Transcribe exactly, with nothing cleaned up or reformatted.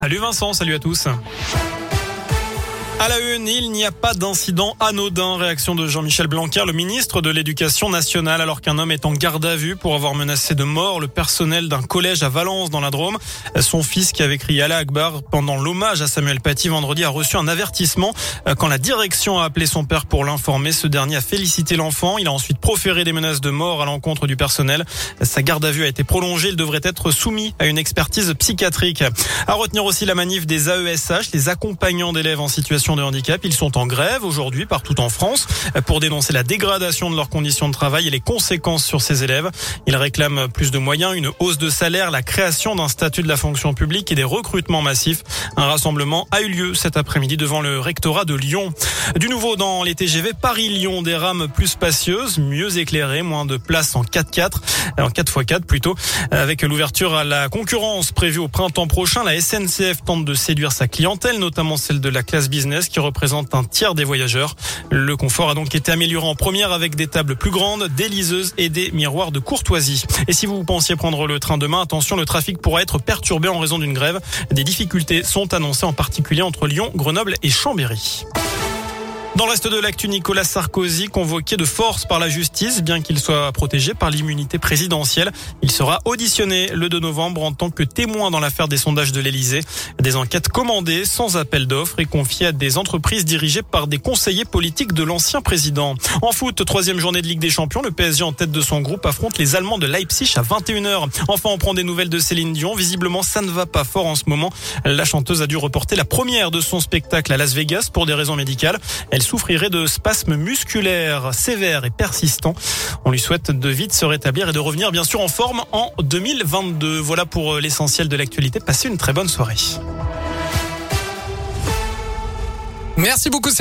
Salut Vincent, salut à tous. À la une, il n'y a pas d'incident anodin. Réaction de Jean-Michel Blanquer, le ministre de l'Éducation nationale, alors qu'un homme est en garde à vue pour avoir menacé de mort le personnel d'un collège à Valence dans la Drôme. Son fils, qui avait crié Allah Akbar pendant l'hommage à Samuel Paty vendredi, a reçu un avertissement. Quand la direction a appelé son père pour l'informer, ce dernier a félicité l'enfant. Il a ensuite proféré des menaces de mort à l'encontre du personnel. Sa garde à vue a été prolongée. Il devrait être soumis à une expertise psychiatrique. À retenir aussi la manif des A E S H, les accompagnants d'élèves en situation de handicap. Ils sont en grève aujourd'hui partout en France pour dénoncer la dégradation de leurs conditions de travail et les conséquences sur ces élèves. Ils réclament plus de moyens, une hausse de salaire, la création d'un statut de la fonction publique et des recrutements massifs. Un rassemblement a eu lieu cet après-midi devant le rectorat de Lyon. Du nouveau dans les T G V Paris-Lyon, des rames plus spacieuses, mieux éclairées, moins de places en quatre quatre, en quatre par quatre plutôt. Avec l'ouverture à la concurrence prévue au printemps prochain, la S N C F tente de séduire sa clientèle, notamment celle de la classe business qui représente un tiers des voyageurs. Le confort a donc été amélioré en première avec des tables plus grandes, des liseuses et des miroirs de courtoisie. Et si vous pensiez prendre le train demain, attention, le trafic pourrait être perturbé en raison d'une grève. Des difficultés sont annoncées en particulier entre Lyon, Grenoble et Chambéry. Dans le reste de l'actu, Nicolas Sarkozy, convoqué de force par la justice, bien qu'il soit protégé par l'immunité présidentielle. Il sera auditionné le deux novembre en tant que témoin dans l'affaire des sondages de l'Élysée. Des enquêtes commandées sans appel d'offres et confiées à des entreprises dirigées par des conseillers politiques de l'ancien président. En foot, troisième journée de Ligue des Champions, le P S G en tête de son groupe affronte les Allemands de Leipzig à vingt et une heures. Enfin, on prend des nouvelles de Céline Dion. Visiblement, ça ne va pas fort en ce moment. La chanteuse a dû reporter la première de son spectacle à Las Vegas pour des raisons médicales. Elle souffrirait de spasmes musculaires sévères et persistants. On lui souhaite de vite se rétablir et de revenir bien sûr en forme en deux mille vingt-deux. Voilà pour l'essentiel de l'actualité. Passez une très bonne soirée. Merci beaucoup.